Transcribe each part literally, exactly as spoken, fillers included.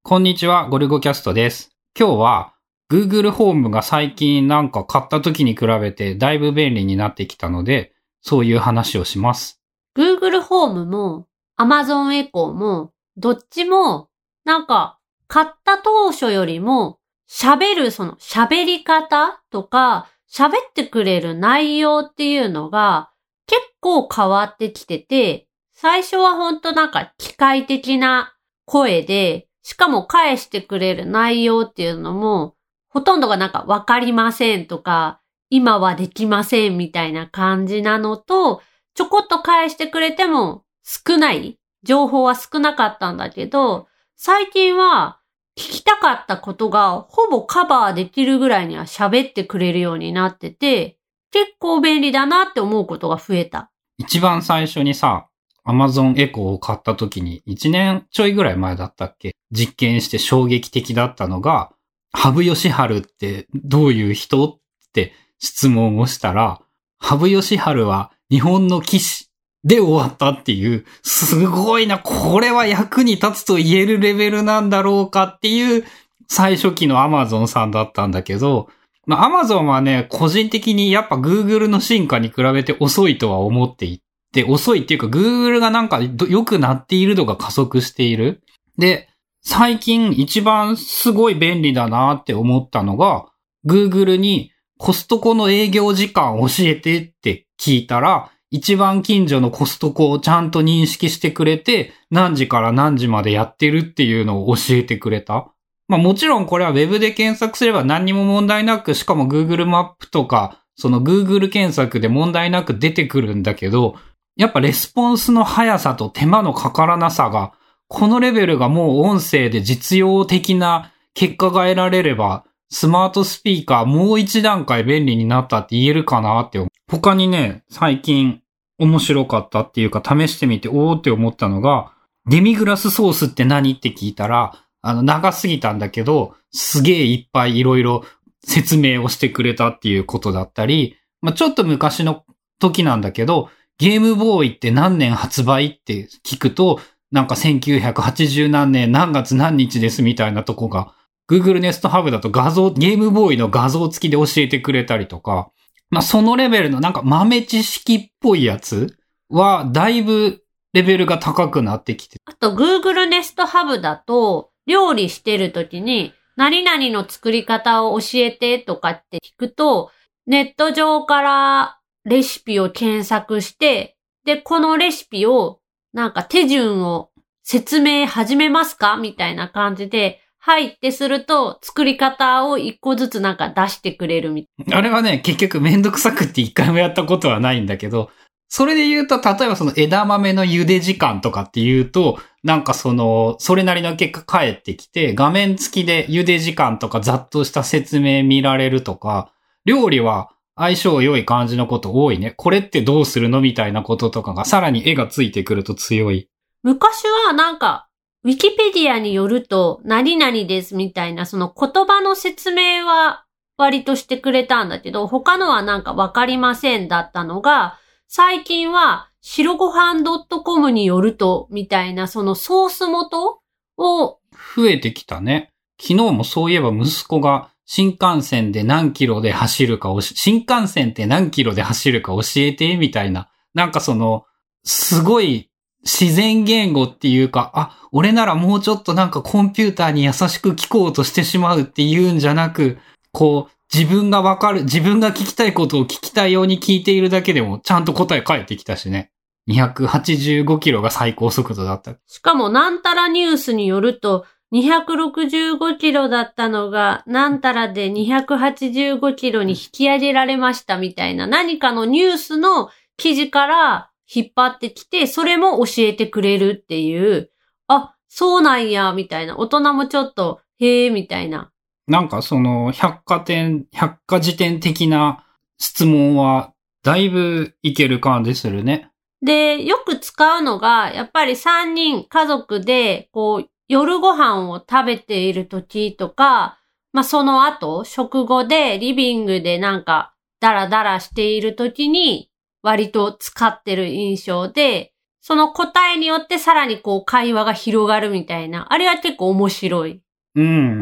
こんにちは、ゴルゴキャストです。今日は Google ホームが最近なんか買った時に比べてだいぶ便利になってきたので、そういう話をします。 Google ホームも Amazon エコーもどっちもなんか買った当初よりも喋るその喋り方とか喋ってくれる内容っていうのが結構変わってきてて、最初はほんとなんか機械的な声で、しかも返してくれる内容っていうのもほとんどがなんかわかりませんとか今はできませんみたいな感じなのと、ちょこっと返してくれても少ない、情報は少なかったんだけど、最近は聞きたかったことがほぼカバーできるぐらいには喋ってくれるようになってて、結構便利だなって思うことが増えた。 一番最初にさ、Amazon エコーを買った時にいちねんちょいぐらい前だったっけ、実験して衝撃的だったのが、羽生善治ってどういう人って質問をしたら、羽生善治は日本の騎士で終わったっていう、すごいな、これは役に立つと言えるレベルなんだろうかっていう最初期の Amazon さんだったんだけど、まあ Amazon はね、個人的にやっぱ Google の進化に比べて遅いとは思っていて、遅いっていうか Google がなんか良くなっているのが加速している。で、最近一番すごい便利だなって思ったのが、Google にコストコの営業時間教えてって聞いたら、一番近所のコストコをちゃんと認識してくれて、何時から何時までやってるっていうのを教えてくれた。まあもちろんこれは Web で検索すれば何にも問題なく、しかも Google マップとか、その Google 検索で問題なく出てくるんだけど、やっぱレスポンスの速さと手間のかからなさが、このレベルがもう音声で実用的な結果が得られれば、スマートスピーカーもう一段階便利になったって言えるかなって思う。他にね、最近面白かったっていうか試してみておーって思ったのが、デミグラスソースって何って聞いたら、あの長すぎたんだけど、すげえいっぱいいろいろ説明をしてくれたっていうことだったり、まあ、ちょっと昔の時なんだけど、ゲームボーイって何年発売って聞くと、なんかせんきゅうひゃくはちじゅう何年何月何日ですみたいなとこが、Google Nest Hub だと画像、ゲームボーイの画像付きで教えてくれたりとか、まあそのレベルのなんか豆知識っぽいやつはだいぶレベルが高くなってきて。 あと Google Nest Hub だと料理してるときに何々の作り方を教えてとかって聞くと、ネット上からレシピを検索して、で、このレシピをなんか手順を説明始めますかみたいな感じで入ってすると作り方を一個ずつなんか出してくれるみたいな。 あれはね、結局めんどくさくって一回もやったことはないんだけど、それで言うと、例えばその枝豆の茹で時間とかって言うと、なんかその、それなりの結果返ってきて、画面付きで茹で時間とかざっとした説明見られるとか、料理は相性良い感じのこと多いね。これってどうするのみたいなこととかがさらに絵がついてくると強い。 昔はなんか、ウィキペディアによると何々ですみたいなその言葉の説明は割としてくれたんだけど、他のはなんかわかりませんだったのが、最近は白ごはん .com によるとみたいなそのソース元を増えてきたね。昨日もそういえば息子が新幹線で何キロで走るかをし、新幹線って何キロで走るか教えてみたいな。なんかその、すごい自然言語っていうか、あ、俺ならもうちょっとなんかコンピューターに優しく聞こうとしてしまうっていうんじゃなく、こう、自分がわかる、自分が聞きたいことを聞きたいように聞いているだけでもちゃんと答え返ってきたしね。にひゃくはちじゅうごキロが最高速度だった。 しかもなんたらニュースによると、にひゃくろくじゅうごキロだったのが、なんたらでにひゃくはちじゅうごキロに引き上げられましたみたいな何かのニュースの記事から引っ張ってきて、それも教えてくれるっていう、あ、そうなんや、みたいな。大人もちょっと、へー、みたいな。 なんかその百科点、百科事典的な質問はだいぶいける感じするね。 で、よく使うのが、やっぱりさんにん家族で、こう、夜ご飯を食べている時とか、まあ、その後、食後でリビングでなんか、ダラダラしている時に、割と使ってる印象で、 その答えによってさらにこう会話が広がるみたいな。あれは結構面白い。 うん。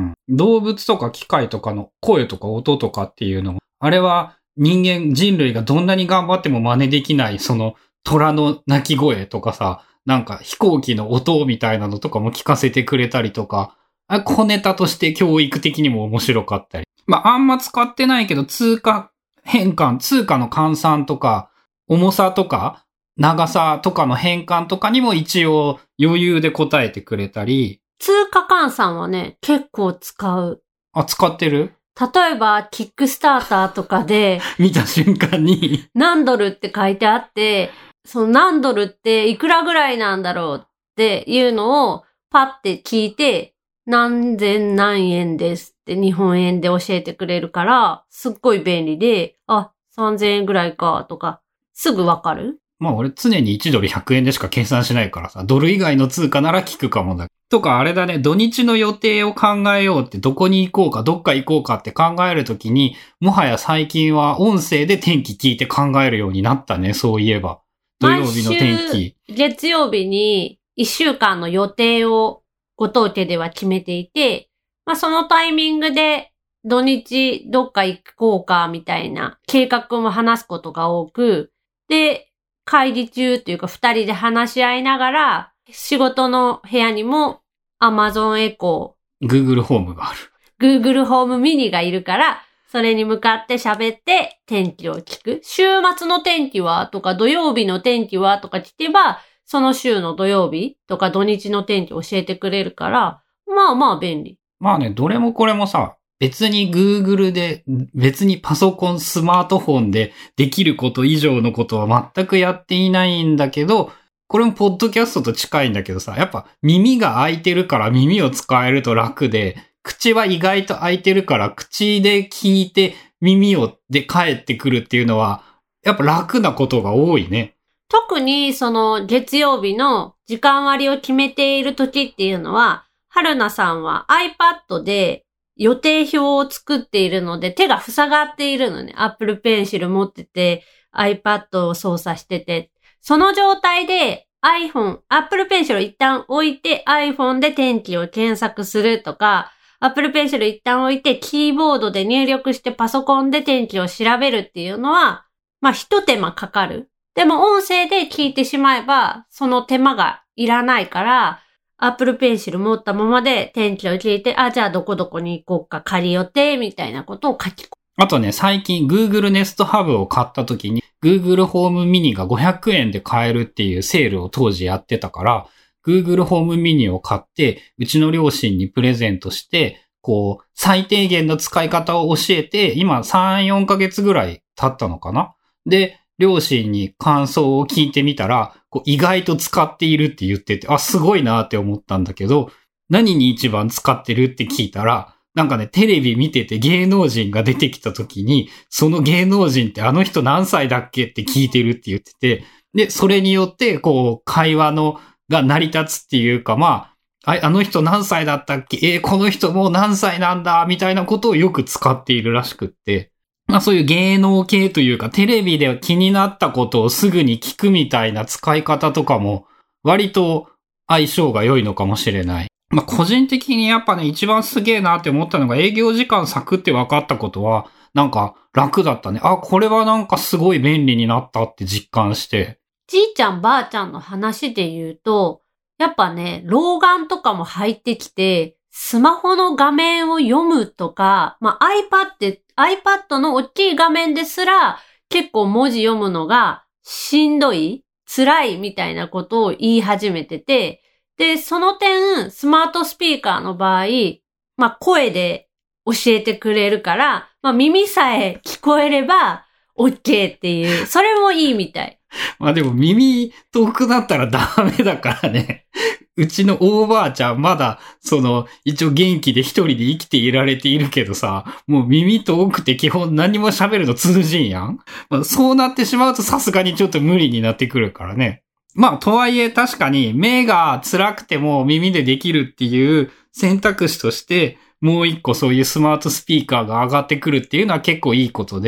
動物とか機械とかの声とか音とかっていうのも、あれは人間、人類がどんなに頑張っても真似できない、その虎の鳴き声とかさ、なんか飛行機の音みたいなのとかも聞かせてくれたりとか、あ小ネタとして教育的にも面白かったり。まあ、あんま使ってないけど、通貨変換、通貨の換算とか、重さとか、長さとかの変換とかにも一応余裕で答えてくれたり。 通貨換算はね、結構使う。 あ、使ってる？ 例えば、キックスターターとかで、 見た瞬間に何ドルって書いてあって、その何ドルっていくらぐらいなんだろうっていうのをパッて聞いて、何千何円ですって日本円で教えてくれるから、すっごい便利で、あ、さんぜんえんぐらいかとか、すぐわかる？ まあ俺常にいちドルひゃくえんでしか計算しないからさ、ドル以外の通貨なら聞くかもだ。とかあれだね、土日の予定を考えようってどこに行こうか、どっか行こうかって考えるときに、もはや最近は音声で天気聞いて考えるようになったね、そういえば。土曜日の天気。 月曜日にいっしゅうかんの予定をご当家では決めていて、まあそのタイミングで土日どっか行こうかみたいな計画も話すことが多く、で、会議中っていうか二人で話し合いながら、仕事の部屋にも Amazon Echo、Google ホームがある。 Google ホームミニがいるから、それに向かって喋って天気を聞く。週末の天気はとか土曜日の天気はとか聞けば、その週の土曜日とか土日の天気教えてくれるから、まあまあ便利。 まあね、どれもこれもさ、別に Google で、別にパソコン、スマートフォンでできること以上のことは全くやっていないんだけど、これもポッドキャストと近いんだけどさ、やっぱ耳が開いてるから耳を使えると楽で、口は意外と開いてるから口で聞いて耳をで返ってくるっていうのは、やっぱ楽なことが多いね。 特にその月曜日の時間割を決めている時っていうのは、春菜さんは iPad で予定表を作っているので手が塞がっているのね。Apple Pencil 持ってて iPad を操作してて。その状態で iPhone、Apple Pencil を一旦置いて iPhone で天気を検索するとか、Apple Pencil 一旦置いてキーボードで入力してパソコンで天気を調べるっていうのは、まあ一手間かかる。でも音声で聞いてしまえばその手間がいらないから、Apple Pencil 持ったままで天気を聞いて、あ、じゃあどこどこに行こうか借り予定みたいなことを書き込む。 あとね、最近 Google Nest Hub を買った時に Google ホームミニがごひゃくえんで買えるっていうセールを当時やってたから、Google ホームミニを買って、うちの両親にプレゼントして、こう、最低限の使い方を教えて、今さん、よんかげつぐらい経ったのかな？で、両親に感想を聞いてみたら、こう意外と使っているって言ってて、あ、すごいなって思ったんだけど、何に一番使ってるって聞いたら、なんかね、テレビ見てて芸能人が出てきた時に、その芸能人ってあの人何歳だっけって聞いてるって言ってて、で、それによって、こう、会話の、が成り立つっていうか、まあ、あ、あの人何歳だったっけ？えー、この人もう何歳なんだみたいなことをよく使っているらしくって、まあそういう芸能系というか、テレビで気になったことをすぐに聞くみたいな使い方とかも、割と相性が良いのかもしれない。まあ個人的にやっぱね、一番すげえなって思ったのが、営業時間サクって分かったことは、なんか楽だったね。あ、これはなんかすごい便利になったって実感して。 じいちゃんばあちゃんの話で言うと、やっぱね、老眼とかも入ってきて、スマホの画面を読むとか、まあ iPad、iPad の大きい画面ですら結構文字読むのがしんどい、辛いみたいなことを言い始めてて、で、その点、スマートスピーカーの場合、まあ声で教えてくれるから、まあ耳さえ聞こえれば OK っていう、それもいいみたい。 まあでも耳遠くなったらダメだからね。うちの大ばあちゃんまだ、その、一応元気で一人で生きていられているけどさ、もう耳遠くて基本何も喋るの通じんやん。まあ、そうなってしまうとさすがにちょっと無理になってくるからね。まあとはいえ確かに目が辛くても耳でできるっていう選択肢として、もう一個そういうスマートスピーカーが上がってくるっていうのは結構いいことで、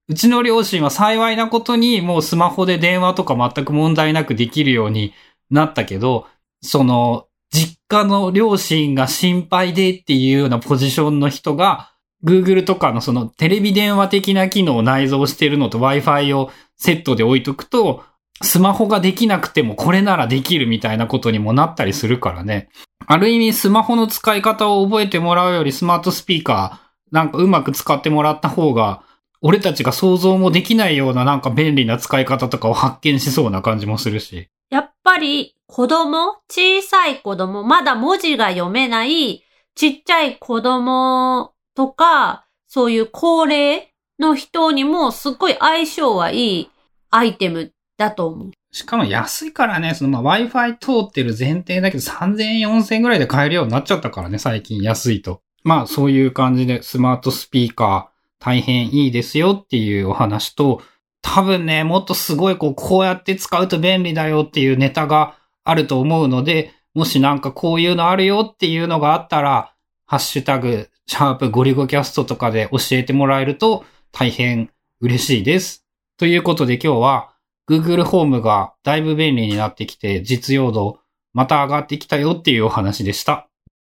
うちの両親は幸いなことにもうスマホで電話とか全く問題なくできるようになったけど、その実家の両親が心配でっていうようなポジションの人が Google とかのそのテレビ電話的な機能を内蔵してるのと Wi-Fi をセットで置いとくと、スマホができなくてもこれならできるみたいなことにもなったりするからね。ある意味スマホの使い方を覚えてもらうよりスマートスピーカーなんかうまく使ってもらった方が、俺たちが想像もできないようななんか便利な使い方とかを発見しそうな感じもするし。 やっぱり子供、小さい子供、まだ文字が読めないちっちゃい子供とか、そういう高齢の人にもすっごい相性はいいアイテムだと思う。 しかも安いからね、そのまあ Wi-Fi 通ってる前提だけどさんぜんえん、よんせんえんぐらいで買えるようになっちゃったからね、最近安いと。まあそういう感じでスマートスピーカー大変いいですよっていうお話と、多分ね、もっとすごいこう、こうやって使うと便利だよっていうネタがあると思うので、もしなんかこういうのあるよっていうのがあったら、ハッシュタグ、シャープゴリゴキャストとかで教えてもらえると大変嬉しいです。ということで今日は Google ホームがだいぶ便利になってきて実用度また上がってきたよっていうお話でした。